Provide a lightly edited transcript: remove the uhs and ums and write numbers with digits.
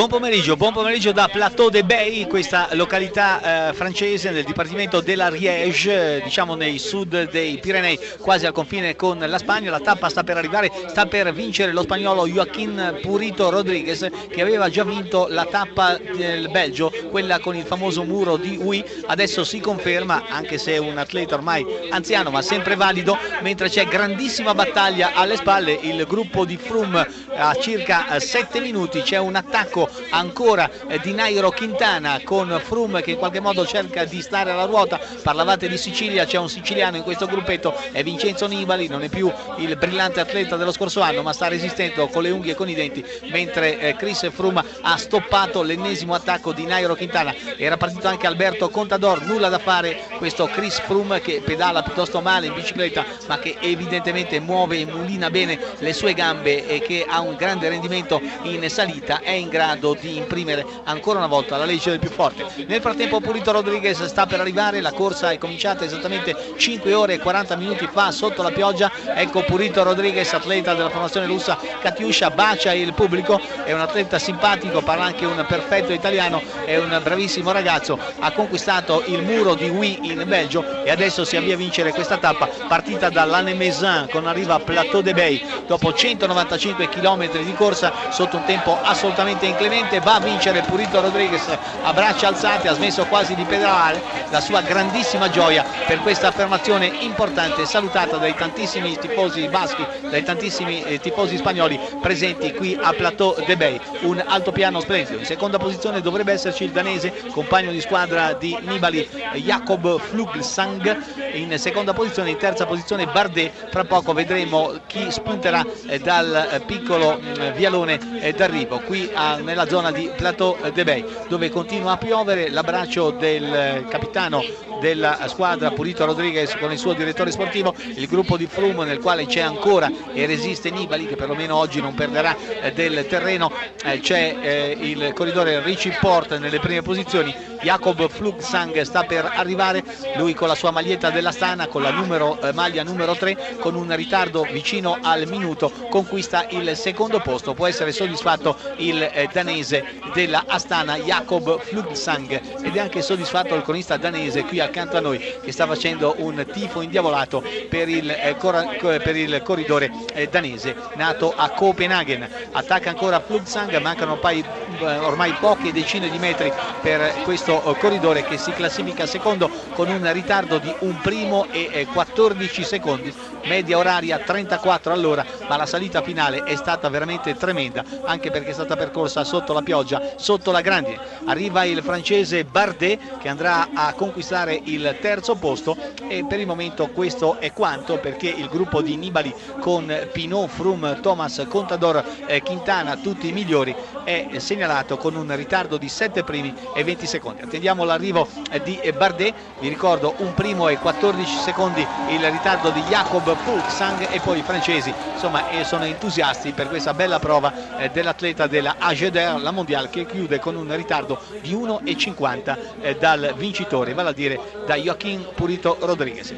Buon pomeriggio da Plateau de Bay, questa località francese nel dipartimento dell'Ariège, diciamo nei sud dei Pirenei, quasi al confine con la Spagna. La tappa sta per arrivare, sta per vincere lo spagnolo Joaquín Purito Rodríguez, che aveva già vinto la tappa del Belgio, quella con il famoso muro di Huy. Adesso si conferma, anche se è un atleta ormai anziano ma sempre valido, mentre c'è grandissima battaglia alle spalle. Il gruppo di Froome a circa 7 minuti, c'è un attacco ancora di Nairo Quintana con Froome che in qualche modo cerca di stare alla ruota. Parlavate di Sicilia, c'è un siciliano in questo gruppetto, è Vincenzo Nibali, non è più il brillante atleta dello scorso anno ma sta resistendo con le unghie e con i denti, mentre Chris Froome ha stoppato l'ennesimo attacco di Nairo Quintana. Era partito anche Alberto Contador, nulla da fare questo Chris Froome che pedala piuttosto male in bicicletta ma che evidentemente muove e mulina bene le sue gambe e che ha un grande rendimento in salita, è in grado di imprimere ancora una volta la legge del più forte. Nel frattempo Purito Rodríguez sta per arrivare, la corsa è cominciata esattamente 5 ore e 40 minuti fa sotto la pioggia. Ecco Purito Rodríguez, atleta della formazione russa Katyusha, bacia il pubblico, è un atleta simpatico, parla anche un perfetto italiano, è un bravissimo ragazzo, ha conquistato il muro di Huy in Belgio e adesso si avvia a vincere questa tappa partita da Lannemezan con arrivo a Plateau de Bay dopo 195 km di corsa sotto un tempo assolutamente inclemente. Va a vincere Purito Rodríguez a braccia alzate, ha smesso quasi di pedalare, la sua grandissima gioia per questa affermazione importante, salutata dai tantissimi tifosi baschi, dai tantissimi tifosi spagnoli presenti qui a Plateau de Bay. Un altopiano splendido. In seconda posizione dovrebbe esserci il danese, compagno di squadra di Nibali, Jakob Fuglsang. In seconda posizione, in terza posizione Bardet. Fra poco vedremo chi spunterà dal piccolo vialone d'arrivo qui nella zona di Plateau de Bay, dove continua a piovere. L'abbraccio del capitano della squadra Purito Rodríguez con il suo direttore sportivo, il gruppo di Froome nel quale c'è ancora e resiste Nibali che perlomeno oggi non perderà del terreno, c'è il corridore Richie Porte nelle prime posizioni. Jakob Fuglsang sta per arrivare, lui con la sua maglietta dell'Astana, con la maglia numero 3, con un ritardo vicino al minuto conquista il secondo posto. Può essere soddisfatto il danese della Astana Jakob Fuglsang ed è anche soddisfatto il cronista danese qui accanto a noi che sta facendo un tifo indiavolato per il corridore danese nato a Copenaghen. Attacca ancora Fuglsang, mancano ormai poche decine di metri per questo corridore che si classifica secondo con un ritardo di un primo e 14 secondi, media oraria 34 all'ora, ma la salita finale è stata veramente tremenda anche perché è stata percorsa sotto la pioggia, sotto la grandine. Arriva il francese Bardet che andrà a conquistare il terzo posto e per il momento questo è quanto, perché il gruppo di Nibali con Pinot, Froome, Thomas, Contador, Quintana, tutti i migliori, è segnalato con un ritardo di 7 primi e 20 secondi. Attendiamo l'arrivo di Bardet, vi ricordo un primo e 14 secondi il ritardo di Jakob Fuglsang e poi i francesi insomma sono entusiasti per questa bella prova dell'atleta della AG2R, la mondiale, che chiude con un ritardo di 1,50 dal vincitore, vale a dire da Joaquín Purito Rodríguez.